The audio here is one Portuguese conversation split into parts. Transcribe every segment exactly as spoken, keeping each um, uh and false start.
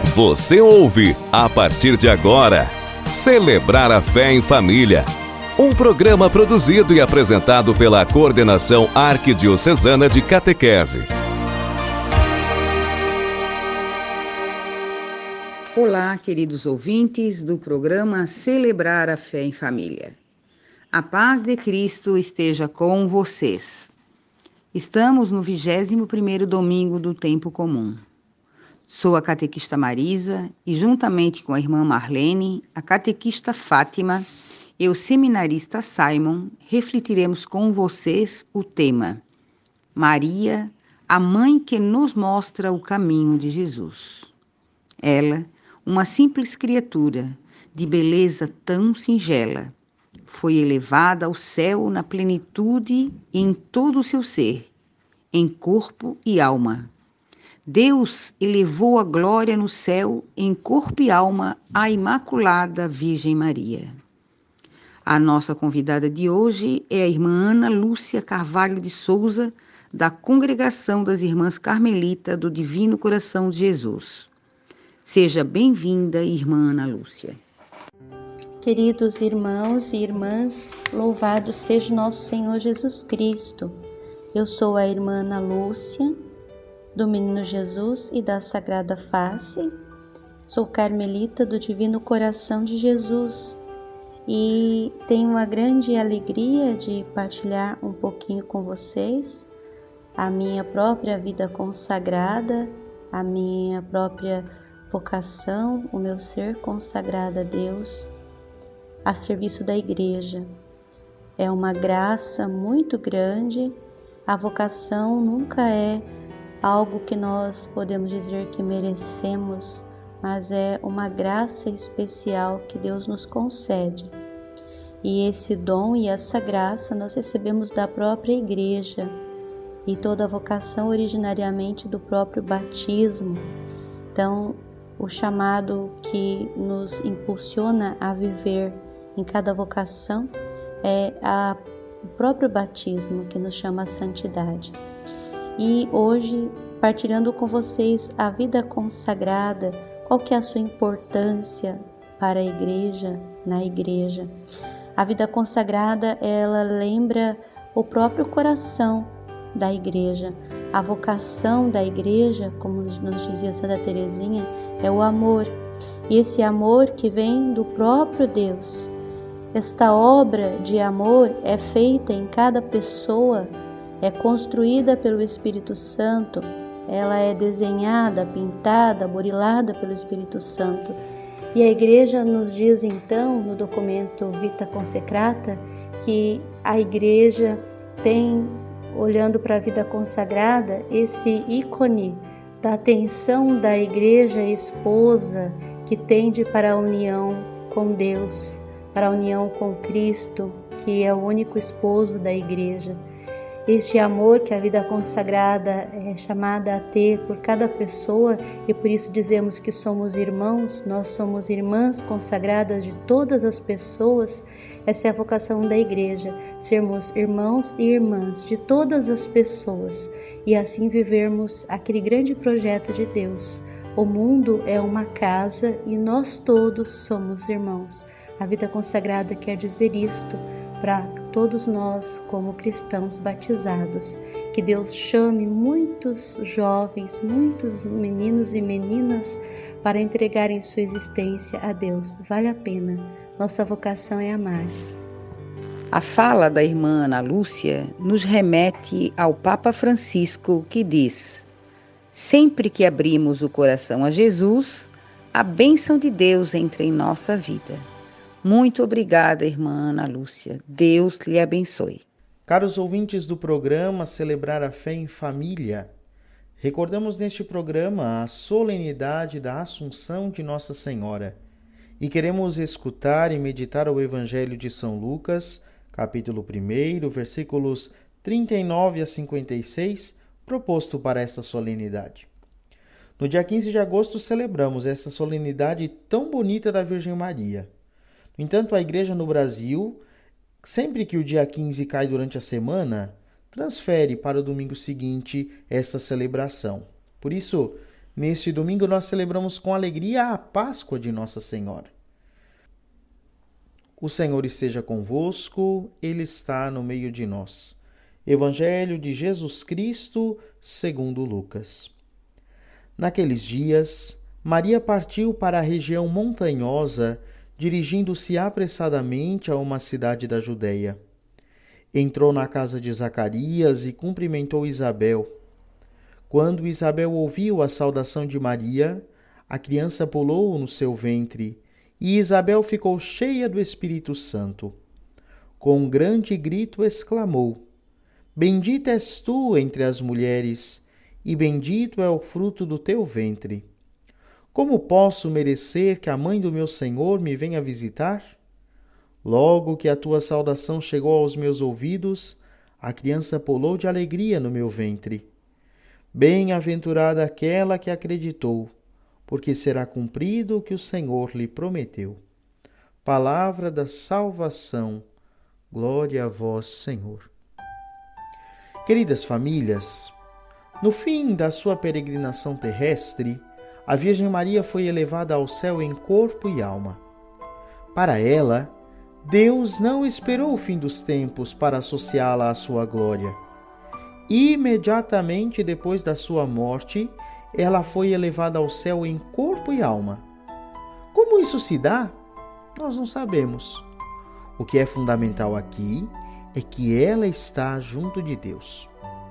Você ouve, a partir de agora, Celebrar a Fé em Família. Um programa produzido e apresentado pela Coordenação Arquidiocesana de Catequese. Olá, queridos ouvintes do programa Celebrar a Fé em Família. A paz de Cristo esteja com vocês. Estamos no vigésimo primeiro domingo do tempo comum. Sou a catequista Marisa e, juntamente com a irmã Marlene, a catequista Fátima e o seminarista Simon, refletiremos com vocês o tema Maria, a mãe que nos mostra o caminho de Jesus. Ela, uma simples criatura, de beleza tão singela, foi elevada ao céu na plenitude e em todo o seu ser, em corpo e alma. Deus elevou a glória no céu, em corpo e alma, à Imaculada Virgem Maria. A nossa convidada de hoje é a irmã Ana Lúcia Carvalho de Souza, da Congregação das Irmãs Carmelita do Divino Coração de Jesus. Seja bem-vinda, irmã Ana Lúcia. Queridos irmãos e irmãs, louvado seja nosso Senhor Jesus Cristo. Eu sou a irmã Ana Lúcia, do Menino Jesus e da Sagrada Face. Sou carmelita do Divino Coração de Jesus e tenho a grande alegria de partilhar um pouquinho com vocês a minha própria vida consagrada, a minha própria vocação, o meu ser consagrado a Deus, a serviço da Igreja. É uma graça muito grande. A vocação nunca é algo que nós podemos dizer que merecemos, mas é uma graça especial que Deus nos concede. E esse dom e essa graça nós recebemos da própria Igreja, e toda a vocação originariamente do próprio batismo. Então, o chamado que nos impulsiona a viver em cada vocação é a, o próprio batismo que nos chama à santidade. E hoje, partilhando com vocês a vida consagrada, qual que é a sua importância para a Igreja, na Igreja. A vida consagrada, ela lembra o próprio coração da Igreja. A vocação da Igreja, como nos dizia Santa Teresinha, é o amor. E esse amor que vem do próprio Deus. Esta obra de amor é feita em cada pessoa, é construída pelo Espírito Santo, ela é desenhada, pintada, burilada pelo Espírito Santo. E a Igreja nos diz então, no documento Vita Consecrata, que a Igreja tem, olhando para a vida consagrada, esse ícone da atenção da Igreja esposa que tende para a união com Deus, para a união com Cristo, que é o único esposo da Igreja. Este amor que a vida consagrada é chamada a ter por cada pessoa, e por isso dizemos que somos irmãos, nós somos irmãs consagradas de todas as pessoas. Essa é a vocação da Igreja, sermos irmãos e irmãs de todas as pessoas e assim vivermos aquele grande projeto de Deus. O mundo é uma casa e nós todos somos irmãos. A vida consagrada quer dizer isto para todos nós como cristãos batizados. Que Deus chame muitos jovens, muitos meninos e meninas para entregarem sua existência a Deus. Vale a pena. Nossa vocação é amar. A fala da irmã Ana Lúcia nos remete ao Papa Francisco, que diz: sempre que abrimos o coração a Jesus, a bênção de Deus entra em nossa vida. Muito obrigada, irmã Ana Lúcia. Deus lhe abençoe. Caros ouvintes do programa Celebrar a Fé em Família, recordamos neste programa a solenidade da Assunção de Nossa Senhora e queremos escutar e meditar o Evangelho de São Lucas, capítulo um, versículos trinta e nove a cinquenta e seis, proposto para esta solenidade. No dia quinze de agosto celebramos esta solenidade tão bonita da Virgem Maria. No entanto, a Igreja no Brasil, sempre que o dia quinze cai durante a semana, transfere para o domingo seguinte esta celebração. Por isso, Neste domingo nós celebramos com alegria a Páscoa de Nossa Senhora. O Senhor esteja convosco, Ele está no meio de nós. Evangelho de Jesus Cristo, segundo Lucas. Naqueles dias, Maria partiu para a região montanhosa, dirigindo-se apressadamente a uma cidade da Judéia. Entrou na casa de Zacarias e cumprimentou Isabel. Quando Isabel ouviu a saudação de Maria, a criança pulou no seu ventre, e Isabel ficou cheia do Espírito Santo. Com um grande grito exclamou: Bendita és tu entre as mulheres, e bendito é o fruto do teu ventre. Como posso merecer que a mãe do meu Senhor me venha visitar? Logo que a tua saudação chegou aos meus ouvidos, a criança pulou de alegria no meu ventre. Bem-aventurada aquela que acreditou, porque será cumprido o que o Senhor lhe prometeu. Palavra da salvação. Glória a vós, Senhor. Queridas famílias, no fim da sua peregrinação terrestre, a Virgem Maria foi elevada ao céu em corpo e alma. Para ela, Deus não esperou o fim dos tempos para associá-la à sua glória. Imediatamente depois da sua morte, ela foi elevada ao céu em corpo e alma. Como isso se dá? Nós não sabemos. O que é fundamental aqui é que ela está junto de Deus.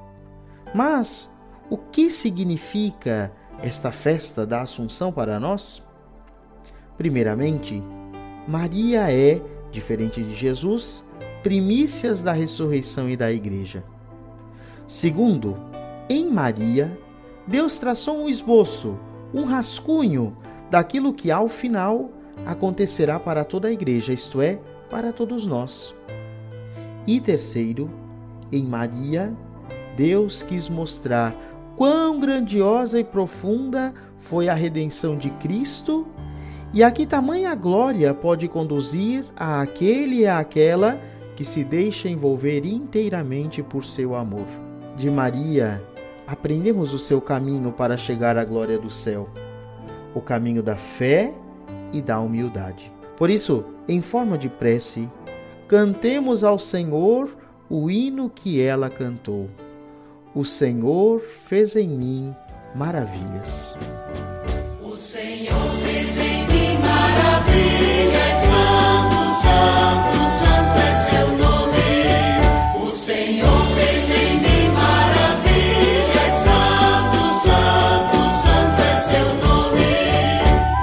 Mas o que significa esta festa da Assunção para nós? Primeiramente, Maria é, diferente de Jesus, primícias da ressurreição e da Igreja. Segundo, em Maria, Deus traçou um esboço, um rascunho daquilo que, ao final, acontecerá para toda a Igreja, isto é, para todos nós. E terceiro, em Maria, Deus quis mostrar quão grandiosa e profunda foi a redenção de Cristo e a que tamanha glória pode conduzir a aquele e àquela que se deixa envolver inteiramente por seu amor. De Maria, aprendemos o seu caminho para chegar à glória do céu, o caminho da fé e da humildade. Por isso, em forma de prece, cantemos ao Senhor o hino que ela cantou. O Senhor fez em mim maravilhas. O Senhor fez em mim maravilhas, santo, santo, santo é seu nome. O Senhor fez em mim maravilhas, santo, santo, santo é seu nome.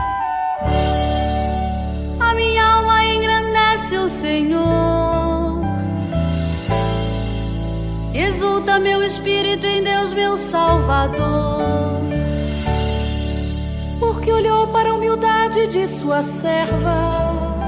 A minha alma engrandece o Senhor, exulta meu espírito em Deus, meu Salvador, porque olhou para a humildade de sua serva.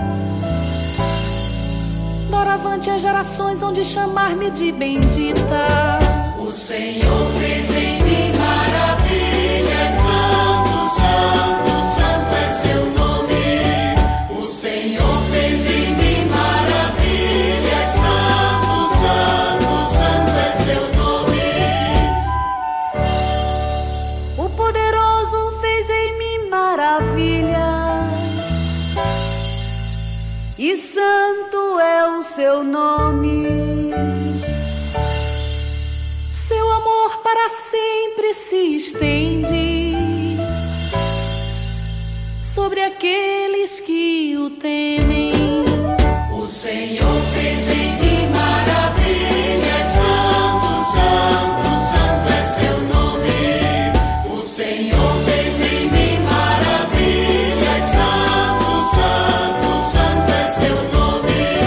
Doravante as gerações hão de chamar-me de bendita. O Senhor fez em mim maravilhas, santo, santo, santo é seu nome. O Senhor fez em mim maravilhas, santo, santo, santo é seu nome. O poderoso fez em mim maravilhas, e santo é o seu nome. Seu amor para sempre se estende sobre aqueles que o temem. O Senhor fez em mim maravilhas, santo, santo, santo é seu nome. O Senhor fez em mim maravilhas, santo, santo, santo é seu nome.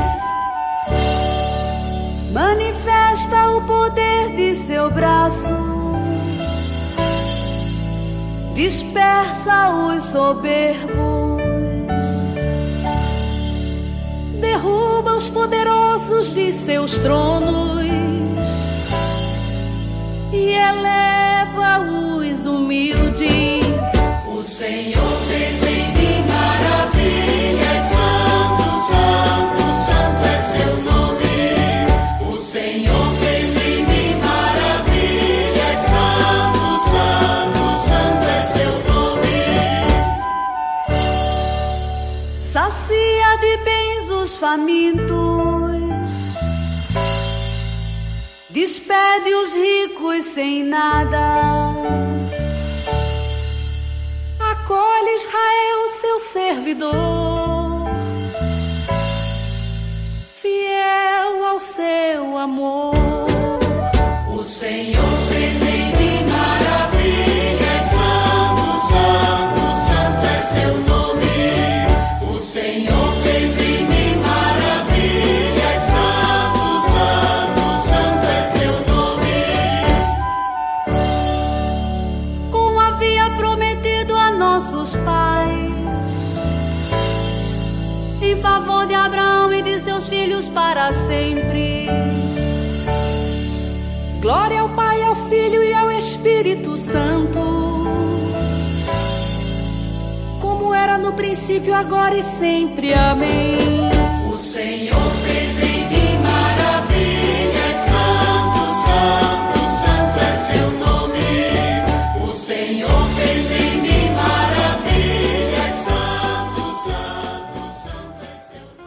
Manifesta o poder de seu braço, dispersa os soberbos, derruba os poderosos de seus tronos e eleva os humildes. O Senhor fez em mim maravilhas, santo, santo, santo é seu nome. O Senhor fez em mim maravilhas, santo, santo, santo famintos, despede os ricos sem nada, acolhe Israel, seu servidor, fiel ao seu amor. O Senhor fez em mim maravilhas, santo, santo, santo é seu nome. O Senhor fez em mim maravilhas, santo, santo, santo é seu nome. Como havia prometido a nossos pais, em favor de Abraão e de seus filhos para sempre. Glória ao Pai, ao Filho e ao Espírito Santo, como era no princípio, agora e sempre. Amém. O Senhor fez em mim maravilhas, santo, santo, santo é seu nome. O Senhor fez em mim maravilhas, santo, santo, santo é seu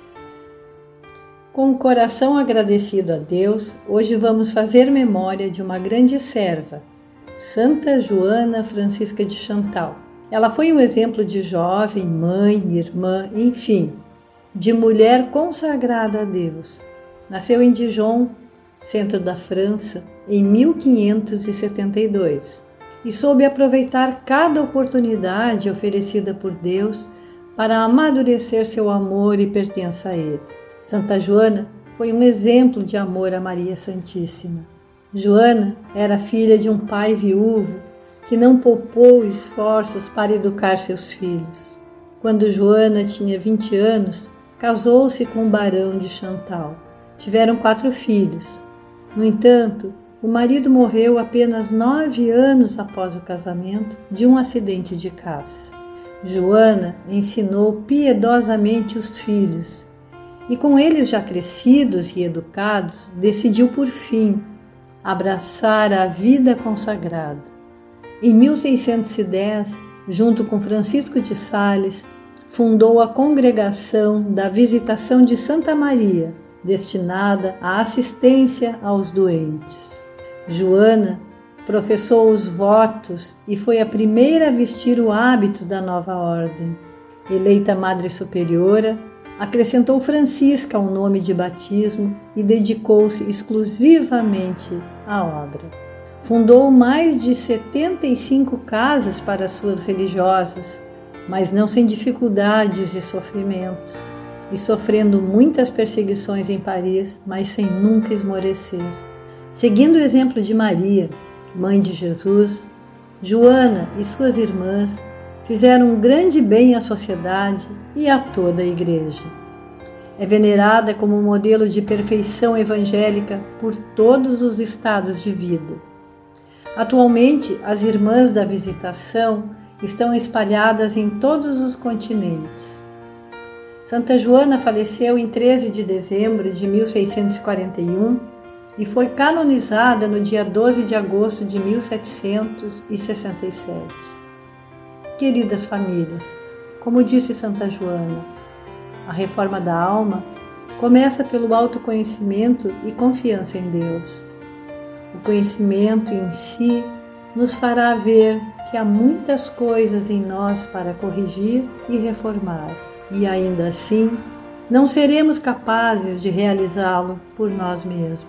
nome. Com o coração agradecido a Deus, hoje vamos fazer memória de uma grande serva, Santa Joana Francisca de Chantal. Ela foi um exemplo de jovem, mãe, irmã, enfim, de mulher consagrada a Deus. Nasceu em Dijon, centro da França, em mil quinhentos e setenta e dois, e soube aproveitar cada oportunidade oferecida por Deus para amadurecer seu amor e pertença a Ele. Santa Joana foi um exemplo de amor a Maria Santíssima. Joana era filha de um pai viúvo que não poupou esforços para educar seus filhos. Quando Joana tinha vinte anos, casou-se com o barão de Chantal. Tiveram quatro filhos. No entanto, o marido morreu apenas nove anos após o casamento de um acidente de caça. Joana ensinou piedosamente os filhos, e com eles já crescidos e educados, decidiu por fim abraçar a vida consagrada. Em mil seiscentos e dez, junto com Francisco de Sales, fundou a Congregação da Visitação de Santa Maria, destinada à assistência aos doentes. Joana professou os votos e foi a primeira a vestir o hábito da nova ordem. Eleita Madre Superiora, acrescentou Francisca ao nome de batismo e dedicou-se exclusivamente à obra. Fundou mais de setenta e cinco casas para suas religiosas, mas não sem dificuldades e sofrimentos, e sofrendo muitas perseguições em Paris, mas sem nunca esmorecer. Seguindo o exemplo de Maria, mãe de Jesus, Joana e suas irmãs fizeram um grande bem à sociedade e a toda a Igreja. É venerada como um modelo de perfeição evangélica por todos os estados de vida. Atualmente, as Irmãs da Visitação estão espalhadas em todos os continentes. Santa Joana faleceu em treze de dezembro de mil seiscentos e quarenta e um e foi canonizada no dia doze de agosto de mil setecentos e sessenta e sete. Queridas famílias, como disse Santa Joana, a reforma da alma começa pelo autoconhecimento e confiança em Deus. O conhecimento em si nos fará ver que há muitas coisas em nós para corrigir e reformar, e ainda assim não seremos capazes de realizá-lo por nós mesmos.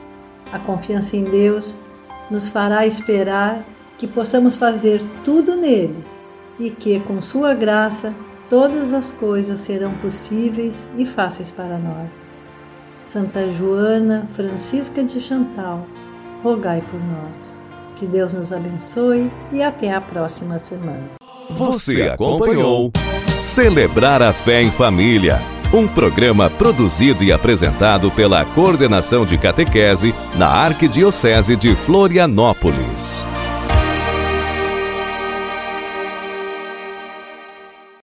A confiança em Deus nos fará esperar que possamos fazer tudo nele e que, com sua graça, todas as coisas serão possíveis e fáceis para nós. Santa Joana Francisca de Chantal, rogai por nós. Que Deus nos abençoe e até a próxima semana. Você acompanhou Celebrar a Fé em Família, um programa produzido e apresentado pela Coordenação de Catequese na Arquidiocese de Florianópolis.